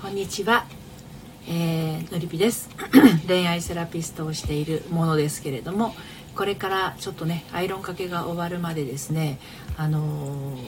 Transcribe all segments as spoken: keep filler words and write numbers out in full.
こんにちは、えー、のりぴです恋愛セラピストをしているものですけれども、これからちょっとねアイロンかけが終わるまでですね、あのー、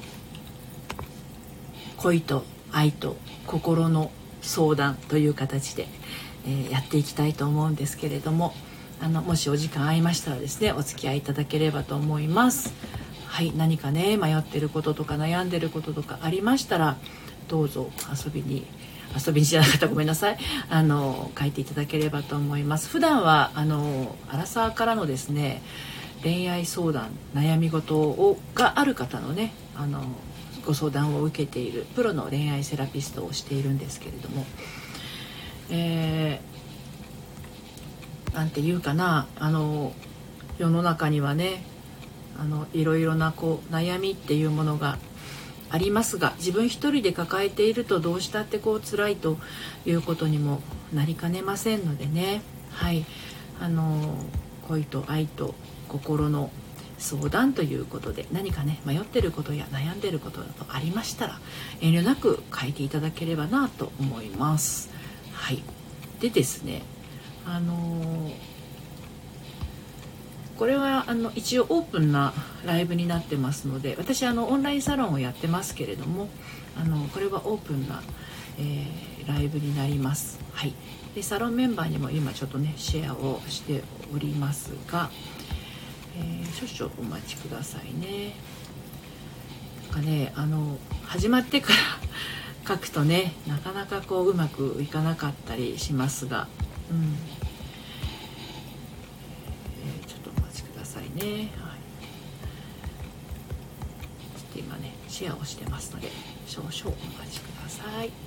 恋と愛と心の相談という形で、えー、やっていきたいと思うんですけれども、あのもしお時間合いましたらですねお付き合いいただければと思います。はい、何かね迷ってることとか悩んでることとかありましたら、どうぞ遊びに遊びにじゃなかったらごめんなさい、あの書いていただければと思います。普段はあのアラサーからのですね恋愛相談悩み事をがある方のねあのご相談を受けているプロの恋愛セラピストをしているんですけれども、えー、なんていうかな、あの世の中にはねあのいろいろなこう悩みっていうものがありますが、自分一人で抱えているとどうしたってこう辛いということにもなりかねませんのでね。はい、あの恋と愛と心の相談ということで、何かね迷ってることや悩んでることなどありましたら遠慮なく書いていただければなと思います。はい、でですね、あのこれはあの一応オープンなライブになってますので、私あのオンラインサロンをやってますけれども、あのこれはオープンな、えー、ライブになります。はい、でサロンメンバーにも今ちょっとねシェアをしておりますが、えー、少々お待ちくださいね。なんかねあの始まってから書くとねなかなかこううまくいかなかったりしますが、うんね、はい、ちょっと今ねシェアをしてますので少々お待ちください。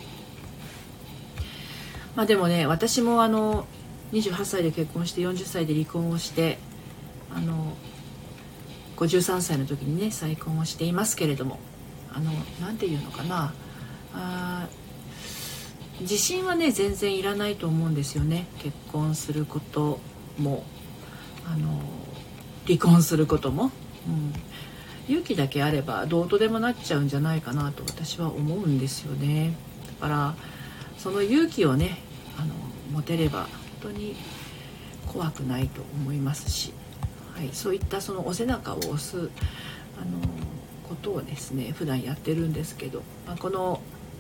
まあでもね、私もあのにじゅうはっさいで結婚してよんじゅっさいで離婚をして、あのごじゅうさんさいの時にね再婚をしていますけれども、あのなんていうのかな、あ自信はね全然いらないと思うんですよね。結婚することもあの離婚することも、うん、勇気だけあればどうとでもなっちゃうんじゃないかなと私は思うんですよね。だからその勇気をねあの持てれば本当に怖くないと思いますし、はい、そういったそのお背中を押すあのことをですね普段やってるんですけど、まあ、このよ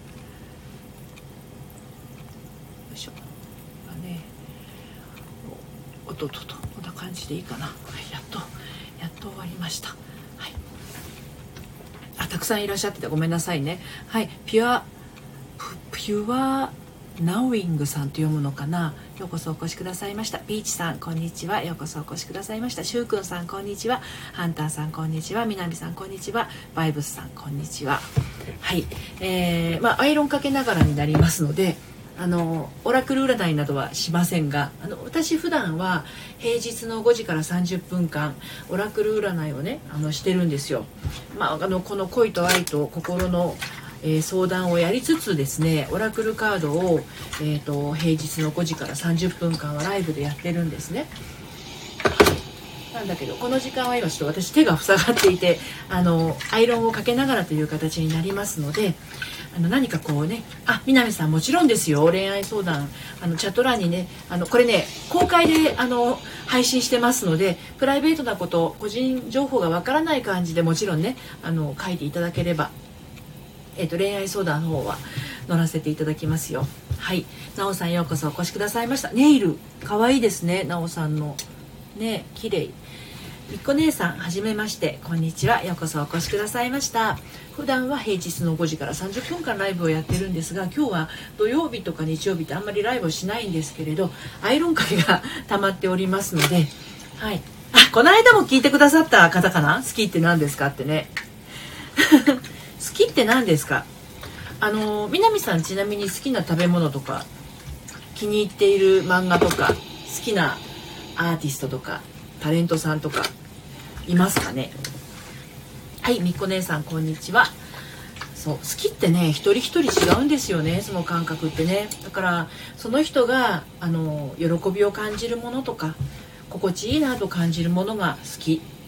いしょ、まあね、おっとっとっとこんな感じでいいかな。はい、やっとやっと終わりました。はい、あ、たくさんいらっしゃっててごめんなさいね。はい、ピュアピュアナウィングさんと読むのかな。ようこそお越しくださいました。ピーチさんこんにちは、ようこそお越しくださいました。シュウくんさんこんにちは、ハンターさんこんにちは、みなみさんこんにちは、バイブスさんこんにちは。はい、えー、まあアイロンかけながらになりますので、あのオラクル占いなどはしませんが、あの私普段は平日のごじからさんじゅっぷんかんオラクル占いをねあのしてるんですよ。まあ、あのこの恋と愛と心の、えー、相談をやりつつですね、オラクルカードを、えーと、平日のごじからさんじゅっぷんかんはライブでやってるんですね。なんだけどこの時間は今ちょっと私手が塞がっていて、あのアイロンをかけながらという形になりますので、あの何かこうね、あ、南さんもちろんですよ、恋愛相談あのチャット欄にね、あのこれね公開であの配信してますので、プライベートなこと個人情報がわからない感じでもちろんねあの書いていただければ、えーと、恋愛相談の方は乗らせていただきますよ。はい、なおさんようこそお越しくださいました。ネイルかわいいですね、なおさんのね、綺麗。みっこ姉さんはじめまして、こんにちは、ようこそお越しくださいました。普段は平日のごじからさんじゅっぷんかんライブをやってるんですが、今日は土曜日とか日曜日ってあんまりライブをしないんですけれど、アイロンかけが溜まっておりますので、はい、あ、この間も聞いてくださった方かな、好きって何ですかってね好きって何ですか。あの南さんちなみに好きな食べ物とか気に入っている漫画とか好きなアーティストとかタレントさんとかいますかね。はい、みっこ姉さんこんにちは。そう好きってね一人一人違うんですよね、その感覚ってね。だからその人があの喜びを感じるものとか心地いいなと感じるものが好き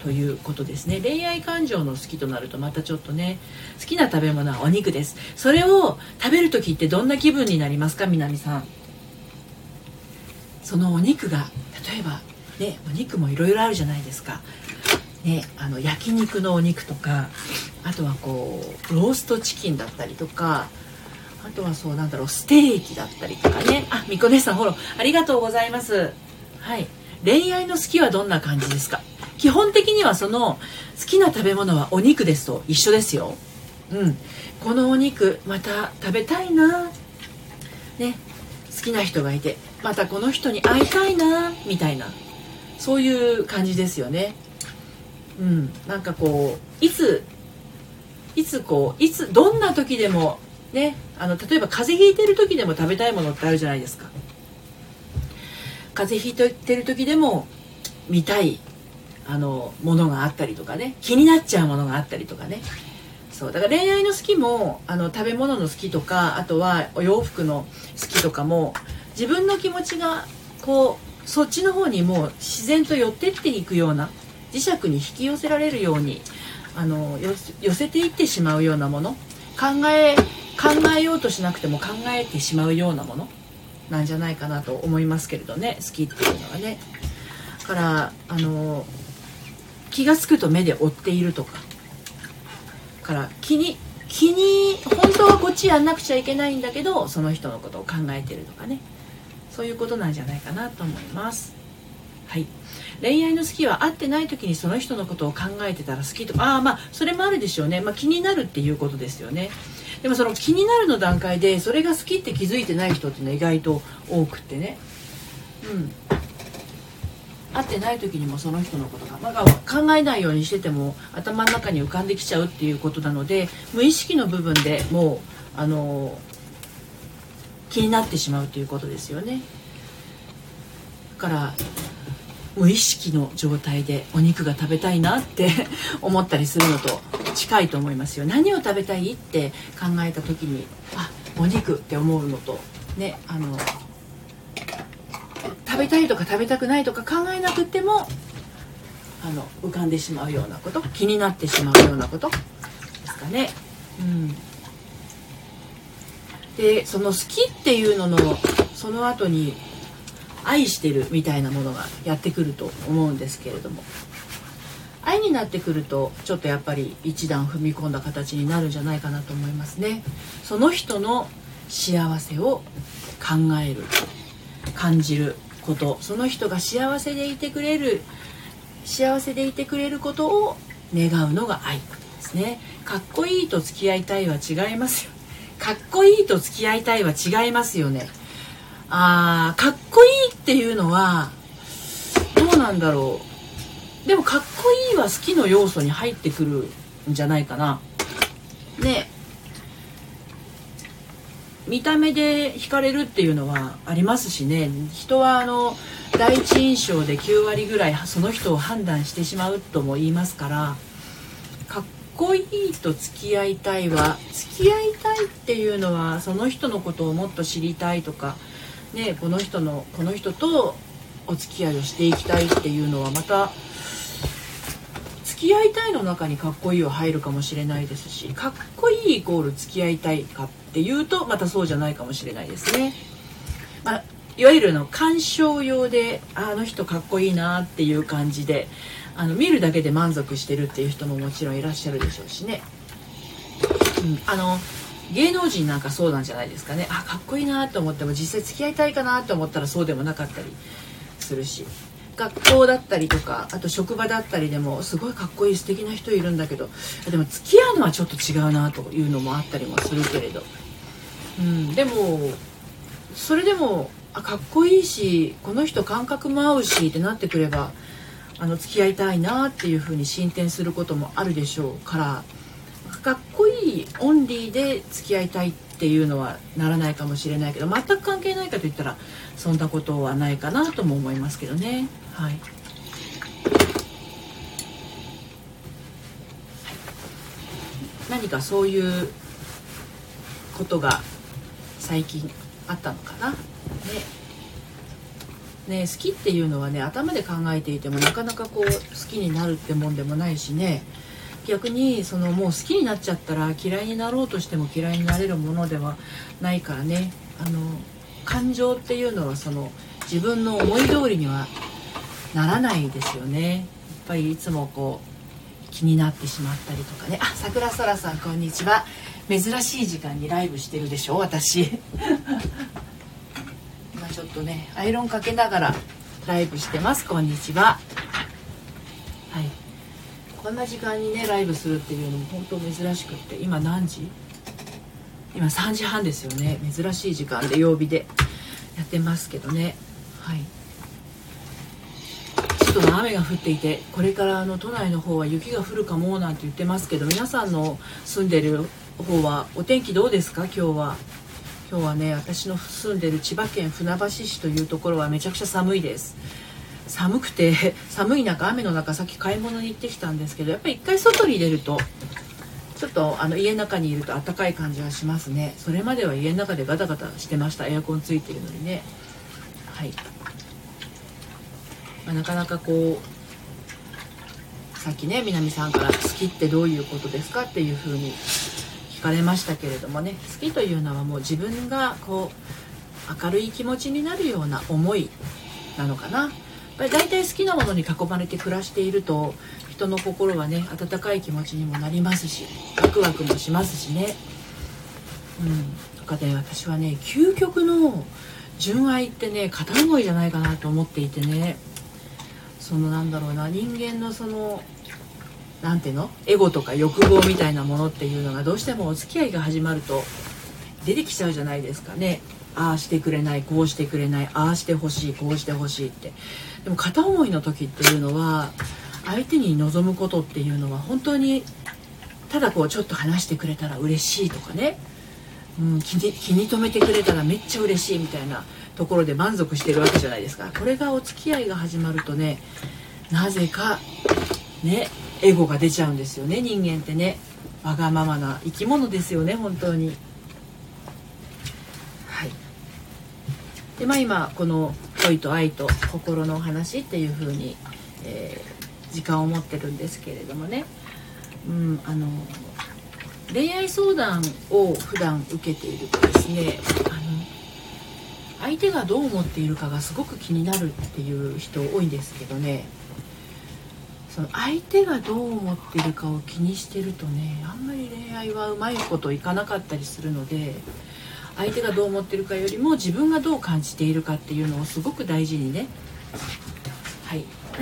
ということですね。恋愛感情の好きとなるとまたちょっとね、好きな食べ物はお肉です。それを食べる時ってどんな気分になりますか、南さん。そのお肉が例えばね、お肉もいろいろあるじゃないですかね、あの焼肉のお肉とか、あとはこうローストチキンだったりとか、あとはそうなんだろう、ステーキだったりとかね。あ、みこねさんフォローありがとうございます。はい、恋愛の好きはどんな感じですか。基本的にはその好きな食べ物はお肉ですと一緒ですよ。うん、このお肉また食べたいなね、好きな人がいてまたこの人に会いたいなみたいな、そういう感じですよね。うん、なんかこういついつこういつどんな時でもね、あの例えば風邪ひいてる時でも食べたいものってあるじゃないですか。風邪ひいてる時でも見たいあのものがあったりとかね、気になっちゃうものがあったりとかね。そうだから恋愛の好きもあの食べ物の好きとか、あとはお洋服の好きとかも、自分の気持ちがこうそっちの方にもう自然と寄ってっていくような、磁石に引き寄せられるようにあの寄せていってしまうようなもの、考え考えようとしなくても考えてしまうようなものなんじゃないかなと思いますけれどね、好きっていうのはね。だからあの気が付くと目で追っているとか、から気に気に本当はこっちやんなくちゃいけないんだけど、その人のことを考えてるとかね、そういうことなんじゃないかなと思います。はい、恋愛の好きは会ってない時にその人のことを考えてたら好きとか、ああまあそれもあるでしょうね。まあ、気になるっていうことですよね。でもその気になるの段階でそれが好きって気づいてない人っていうのは意外と多くってね、うん会ってない時にもその人のことが、まあ、考えないようにしてても頭の中に浮かんできちゃうっていうことなので、無意識の部分でもうあの気になってしまうということですよね。だから無意識の状態でお肉が食べたいなって思ったりするのと近いと思いますよ。何を食べたいって考えた時にあお肉って思うのとね、あの食べたいとか食べたくないとか考えなくてもあの浮かんでしまうようなこと、気になってしまうようなことですかね。うん、でその好きっていうののその後に愛してるみたいなものがやってくると思うんですけれども、愛になってくるとちょっとやっぱり一段踏み込んだ形になるんじゃないかなと思いますね。その人の幸せを考える、感じること、その人が幸せでいてくれる幸せでいてくれることを願うのが愛ですね。かっこいいと付き合いたいは違いますよ。かっこいいと付き合いたいは違いますよね。あーかっこいいっていうのはどうなんだろう。でもかっこいいは好きの要素に入ってくるんじゃないかなね。見た目で惹かれるっていうのはありますしね。人はあの第一印象できゅうわりぐらいその人を判断してしまうとも言いますから、かっこいいと付き合いたいは、付き合いたいっていうのはその人のことをもっと知りたいとかね、この人のこの人とお付き合いをしていきたいっていうのはまた付き合いたいの中にかっこいいは入るかもしれないですし、かっこいいイコール付き合いたいかっていうとまたそうじゃないかもしれないですね。まあ、いわゆるの鑑賞用であの人かっこいいなっていう感じであの見るだけで満足してるっていう人ももちろんいらっしゃるでしょうしね。うん、あの芸能人なんかそうなんじゃないですかね。あかっこいいなと思っても実際付き合いたいかなと思ったらそうでもなかったりするし、学校だったりとかあと職場だったりでもすごいかっこいい素敵な人いるんだけど、でも付き合うのはちょっと違うなというのもあったりもするけれど、うん、でもそれでもあかっこいいしこの人感覚も合うしってなってくればあの付き合いたいなっていう風に進展することもあるでしょうから、かっこいいオンリーで付き合いたいっていうのはならないかもしれないけど、全く関係ないかといったらそんなことはないかなとも思いますけどね。はい、何かそういうことが最近あったのかな、ね、 ね、好きっていうのはね、頭で考えていてもなかなかこう好きになるってもんでもないしね、逆にそのもう好きになっちゃったら嫌いになろうとしても嫌いになれるものではないからね。あの感情っていうのはその自分の思い通りにはならないですよね。やっぱりいつもこう気になってしまったりとかね。あ、桜空さんこんにちは。珍しい時間にライブしてるでしょ私今ちょっとねアイロンかけながらライブしてます。こんにちは。はい、こんな時間にねライブするっていうのも本当珍しくって、今何時？今さんじはんですよね。珍しい時間で曜日でやってますけどね。はい、ちょっと雨が降っていて、これからあの都内の方は雪が降るかもなんて言ってますけど、皆さんの住んでる方はお天気どうですか？今日は今日はね、私の住んでる千葉県船橋市というところはめちゃくちゃ寒いです。寒くて寒い中、雨の中、さっき買い物に行ってきたんですけど、やっぱり一回外に出るとちょっとあの家の中にいると暖かい感じがしますね。それまでは家の中でガタガタしてました。エアコンついてるのにね。はい、まあ、なかなかこうさっきね南さんから好きってどういうことですかっていうふうに聞かれましたけれどもね、好きというのはもう自分がこう明るい気持ちになるような思いなのかな。やっぱり大体好きなものに囲まれて暮らしていると人の心はね温かい気持ちにもなりますし、ワクワクもしますしね。うん、とかで私はね究極の純愛ってね片思いじゃないかなと思っていてね、そのなんだろうな、人間のそのなんていうのエゴとか欲望みたいなものっていうのがどうしてもお付き合いが始まると出てきちゃうじゃないですかね。ああしてくれない、こうしてくれない、ああしてほしい、こうしてほしいって。でも片思いの時っていうのは相手に望むことっていうのは本当にただこうちょっと話してくれたら嬉しいとかね、うん、気に、気に留めてくれたらめっちゃ嬉しいみたいなところで満足してるわけじゃないですか。これがお付き合いが始まるとね、なぜかねエゴが出ちゃうんですよね。人間ってねわがままな生き物ですよね本当に。はい。でまあ今この恋と愛と心のお話っていう風に、えー、時間を持ってるんですけれどもね、うん、あの恋愛相談を普段受けているとですね、あの相手がどう思っているかがすごく気になるっていう人多いんですけどね、その相手がどう思っているかを気にしてるとね、あんまり恋愛はうまいこといかなかったりするので、相手がどう思っているかよりも自分がどう感じているかっていうのをすごく大事にね、はい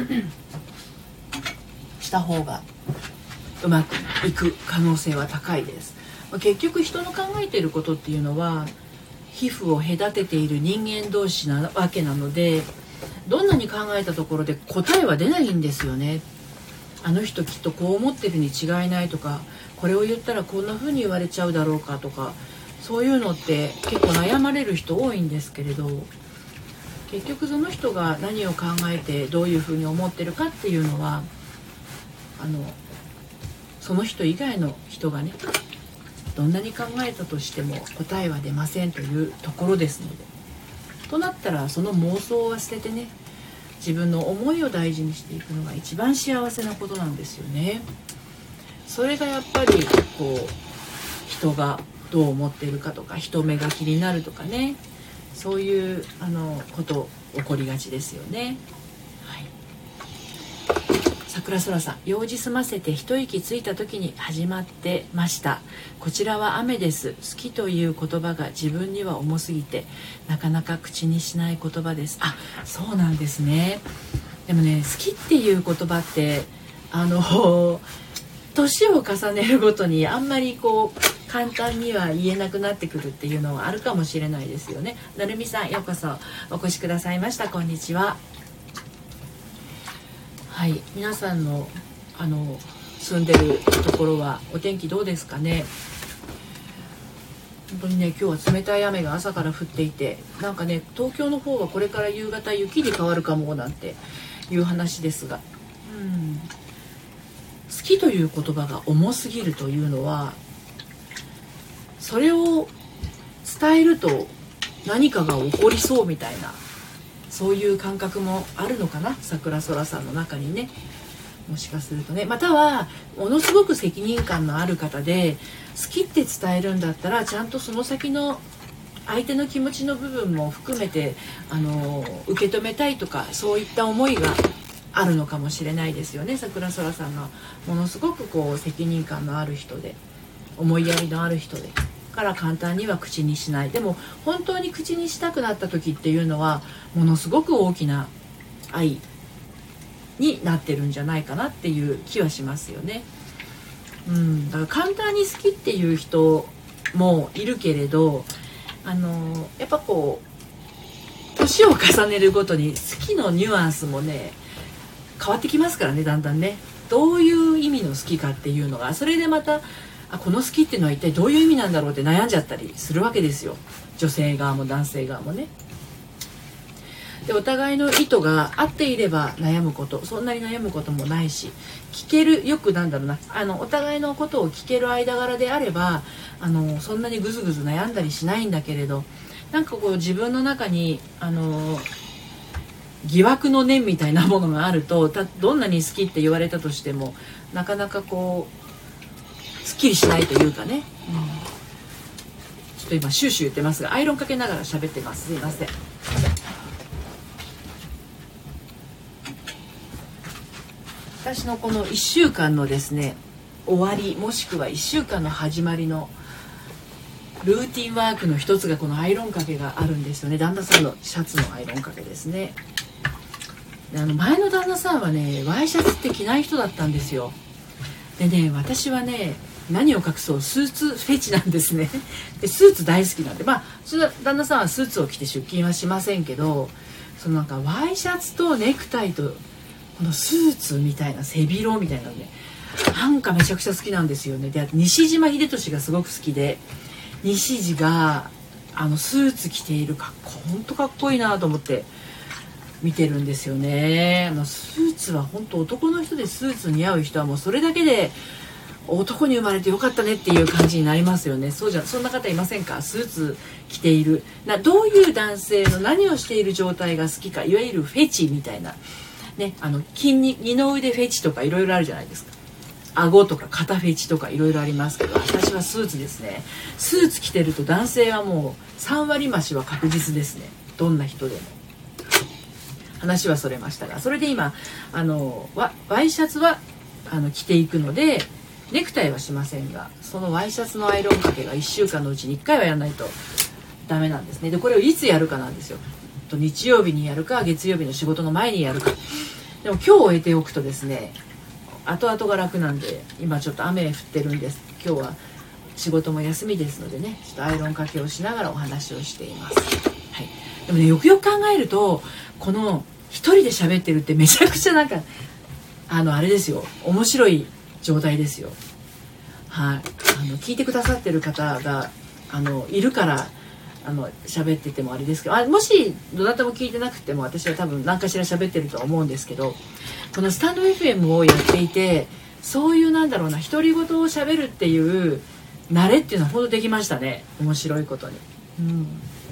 した方がうまくいく可能性は高いです。結局人の考えていることっていうのは皮膚を隔てている人間同士なわけなので、どんなに考えたところで答えは出ないんですよね。あの人きっとこう思ってるに違いないとか、これを言ったらこんな風に言われちゃうだろうかとか、そういうのって結構悩まれる人多いんですけれど、結局その人が何を考えてどういう風に思ってるかっていうのは、あのその人以外の人がねどんなに考えたとしても答えは出ませんというところですので、となったらその妄想は捨ててね、自分の思いを大事にしていくのが一番幸せなことなんですよね。それがやっぱりこう人がどう思っているかとか、人目が気になるとかね、そういうあのこと起こりがちですよね。はい、桜空さん、用事済ませて一息ついた時に始まってました。こちらは雨です。好きという言葉が自分には重すぎてなかなか口にしない言葉です。あ、そうなんですね。でもね、好きっていう言葉ってあの年を重ねるごとにあんまりこう簡単には言えなくなってくるっていうのはあるかもしれないですよね。なるみさん、ようこそお越しくださいました。こんにちは。はい、皆さんのあの住んでるところはお天気どうですかね。本当にね、今日は冷たい雨が朝から降っていて、なんかね東京の方はこれから夕方雪に変わるかもなんていう話ですが、うん、好きという言葉が重すぎるというのは、それを伝えると何かが起こりそうみたいな、 そういう感覚もあるのかな、桜空さんの中にね。もしかするとね、またはものすごく責任感のある方で、好きって伝えるんだったらちゃんとその先の相手の気持ちの部分も含めてあの受け止めたいとか、そういった思いがあるのかもしれないですよね。桜空さんがものすごくこう責任感のある人で、思いやりのある人でから簡単には口にしない。でも本当に口にしたくなった時っていうのはものすごく大きな愛になってるんじゃないかなっていう気はしますよね。うん、だから簡単に好きっていう人もいるけれど、あのやっぱこう年を重ねるごとに好きのニュアンスもね変わってきますからね、だんだんね。どういう意味の好きかっていうのが、それでまたあこの好きっていうのは一体どういう意味なんだろうって悩んじゃったりするわけですよ、女性側も男性側もね。でお互いの意図が合っていれば悩むこと、そんなに悩むこともないし、聞ける、よくなんだろうな、あのお互いのことを聞ける間柄であればあのそんなにグズグズ悩んだりしないんだけれど、なんかこう自分の中にあの疑惑の念みたいなものがあると、たどんなに好きって言われたとしてもなかなかこうすっきりしないというかね、うん、ちょっと今シューシュー言ってますがアイロンかけながら喋ってます、すいません。私のこのいっしゅうかんのですね終わり、もしくはいっしゅうかんの始まりのルーティンワークの一つがこのアイロンかけがあるんですよね。旦那さんのシャツのアイロンかけですね。であの前の旦那さんはねワイシャツって着ない人だったんですよ。でね、私はね何を隠そうスーツフェチなんですね。でスーツ大好きなんで、まあその旦那さんはスーツを着て出勤はしませんけど、そのなんかワイシャツとネクタイとこのスーツみたいな背広みたいなのね、なんかめちゃくちゃ好きなんですよね。で西島秀俊がすごく好きで、西地があのスーツ着ている格好本当かっこいいなと思って見てるんですよね。あのスーツは本当男の人でスーツ似合う人はもうそれだけで男に生まれてよかったねっていう感じになりますよね。そうじゃそんな方いませんか？スーツ着ているな、どういう男性の何をしている状態が好きか、いわゆるフェチみたいなね、あの筋肉二の腕フェチとかいろいろあるじゃないですか。顎とか肩フェチとかいろいろありますけど、私はスーツですね。スーツ着てると男性はもうさん割増しは確実ですね、どんな人でも。話はそれましたが、それで今あの ワ, ワイシャツはあの着ていくのでネクタイはしませんが、そのワイシャツのアイロンかけがいっしゅうかんのうちにいっかいはやらないとダメなんですね。でこれをいつやるかなんですよ。と日曜日にやるか月曜日の仕事の前にやるか。でも今日終えておくとですね後々が楽なんで、今ちょっと雨降ってるんです。今日は仕事も休みですのでね、ちょっとアイロンかけをしながらお話をしています、はい、でもねよくよく考えるとこの一人で喋ってるってめちゃくちゃなんかあのあれですよ、面白い状態ですよ。はい、あの聞いてくださってる方があのいるからあの喋っててもあれですけど、あもしどなたも聞いてなくても私は多分何かしら喋ってるとは思うんですけど、このスタンド エフエム をやっていてそういうなんだろうな独り言を喋るっていう慣れっていうのはほんとできましたね、面白いことに。うん、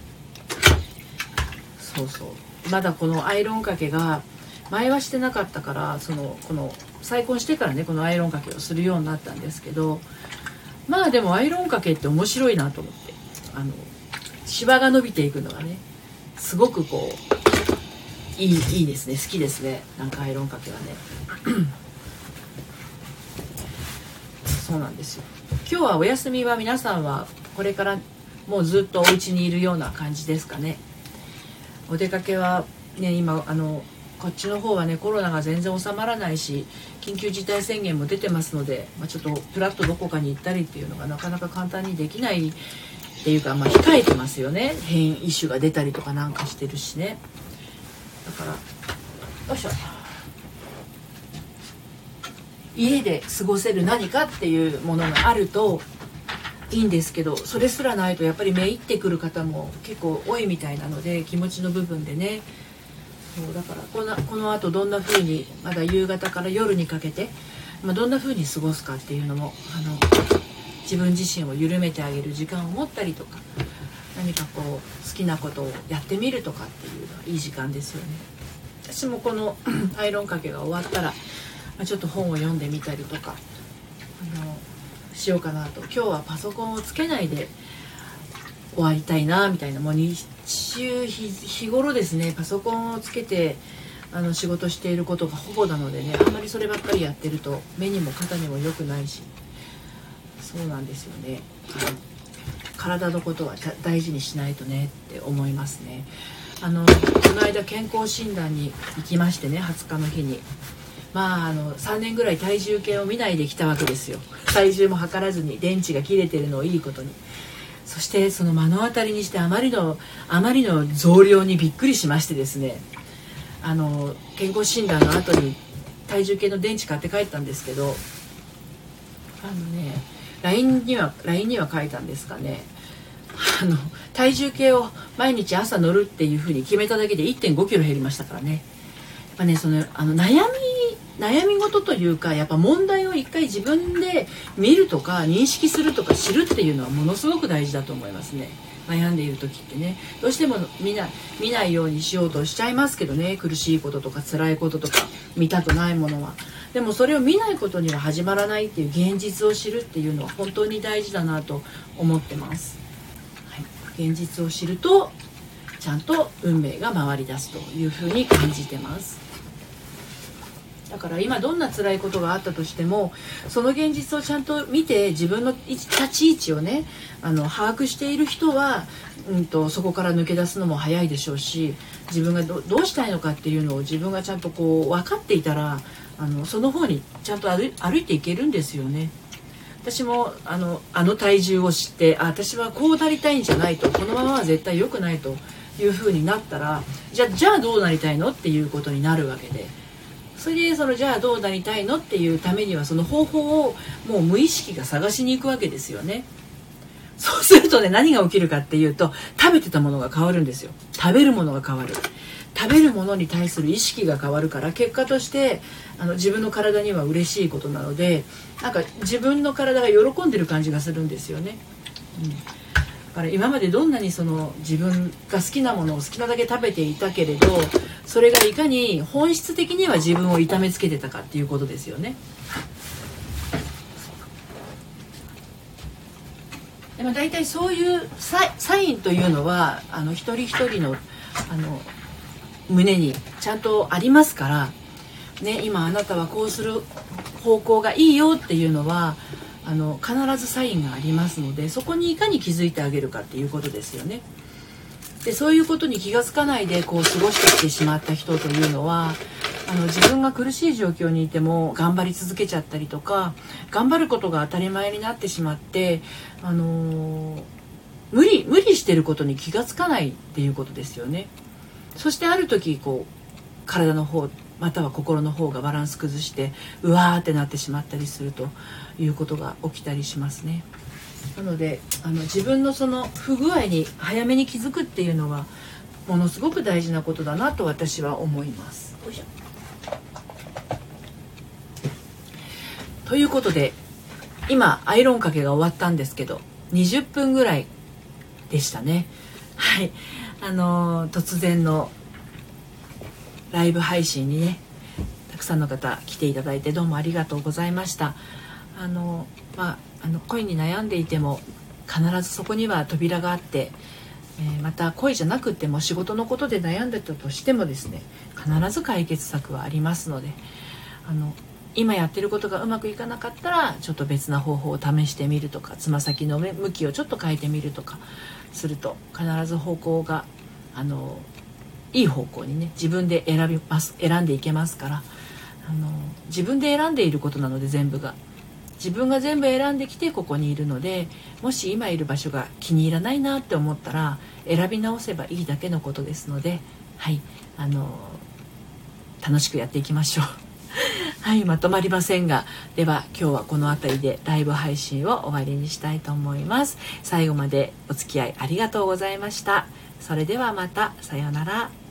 そうそう、まだこのアイロンかけが前はしてなかったから、そのこの再婚してからねこのアイロンかけをするようになったんですけど、まあでもアイロンかけって面白いなと思って、あのシワが伸びていくのがねすごくこういい、いいですね、好きですね、なんかアイロンかけはねそうなんですよ。今日はお休みは皆さんはこれからもうずっとお家にいるような感じですかね。お出かけはね今あのこっちの方はねコロナが全然収まらないし緊急事態宣言も出てますので、まあ、ちょっとプラッとどこかに行ったりっていうのがなかなか簡単にできないっていうか、まあ、控えてますよね。変異種が出たりとかなんかしてるしね。だからよいしょ、家で過ごせる何かっていうものがあるといいんですけど、それすらないとやっぱりめいってくる方も結構多いみたいなので、気持ちの部分でね。そうだからこの、この後どんな風にまだ夕方から夜にかけて、まあ、どんな風に過ごすかっていうのもあの自分自身を緩めてあげる時間を持ったりとか、 何かこう好きなことをやってみるとかっていうのはいい時間ですよね。私もこのアイロンかけが終わったらちょっと本を読んでみたりとかあのしようかなと。今日はパソコンをつけないで終わりたいなみたいな。もう日中 日, 日頃ですねパソコンをつけてあの仕事していることがほぼなのでね、あんまりそればっかりやってると目にも肩にも良くないし、そうなんですよね。体のことは大事にしないとねって思いますね。あのこの間健康診断に行きましてね、はつかの日にまああのさんねんぐらい体重計を見ないで来たわけですよ。体重も測らずに電池が切れてるのをいいことに。そしてその目の当たりにしてあまりのあまりの増量にびっくりしましてですね、あの健康診断の後に体重計の電池買って帰ったんですけど、あのね ライン には ライン には書いたんですかね、あの体重計を毎日朝乗るっていうふうに決めただけで いってんごキロ減りましたからね。やっぱねそのあの悩み悩み事というか、やっぱ問題を一回自分で見るとか認識するとか知るっていうのはものすごく大事だと思いますね。悩んでいる時ってね、どうしても見な、見ないようにしようとしちゃいますけどね、苦しいこととか辛いこととか見たくないものは。でもそれを見ないことには始まらないっていう現実を知るっていうのは本当に大事だなと思ってます、はい、現実を知るとちゃんと運命が回り出すというふうに感じてます。だから今どんな辛いことがあったとしても、その現実をちゃんと見て自分の立ち位置をねあの把握している人は、うんと、そこから抜け出すのも早いでしょうし、自分が ど, どうしたいのかっていうのを自分がちゃんとこう分かっていたら、あのその方にちゃんと 歩, 歩いていけるんですよね。私もあのあの体重を知って、あ私はこうなりたいんじゃないと、このままは絶対良くないという風になったら、じゃあじゃあどうなりたいのっていうことになるわけで、それでそのじゃあどうなりたいのっていうためにはその方法をもう無意識が探しに行くわけですよね。そうするとね何が起きるかっていうと、食べてたものが変わるんですよ。食べるものが変わる。食べるものに対する意識が変わるから、結果としてあの自分の体には嬉しいことなので、なんか自分の体が喜んでる感じがするんですよね、うん、だから今までどんなにその自分が好きなものを好きなだけ食べていたけれど、それがいかに本質的には自分を痛めつけてたかっていうことですよね。でも大体そういうサイ、サインというのはあの一人一人のあの胸にちゃんとありますから、ね、今あなたはこうする方向がいいよっていうのはあの必ずサインがありますので、そこにいかに気づいてあげるかっていうことですよね。でそういうことに気がつかないでこう過ごしてきてしまった人というのは、あの自分が苦しい状況にいても頑張り続けちゃったりとか、頑張ることが当たり前になってしまって、あのー、無理無理してることに気がつかないっていうことですよね。そしてある時こう体の方または心の方がバランス崩してうわーってなってしまったりするということが起きたりしますね。なのであの自分のその不具合に早めに気づくっていうのはものすごく大事なことだなと私は思います。よいしょ。ということで今アイロンかけが終わったんですけどにじゅっぷんぐらいでしたね。はい、あの突然のライブ配信にねたくさんの方来ていただいてどうもありがとうございました。あの、まあ、あの恋に悩んでいても必ずそこには扉があって、えー、また恋じゃなくても仕事のことで悩んでたとしてもですね必ず解決策はありますので、あの今やってることがうまくいかなかったらちょっと別な方法を試してみるとか、つま先の向きをちょっと変えてみるとかすると必ず方向があのいい方向にね自分で選びます選んでいけますから、あの自分で選んでいることなので、全部が自分が全部選んできてここにいるので、もし今いる場所が気に入らないなって思ったら選び直せばいいだけのことですので、はいあの楽しくやっていきましょうはい、まとまりませんが、では今日はこの辺りでライブ配信を終わりにしたいと思います。最後までお付き合いありがとうございました。それではまた、さようなら。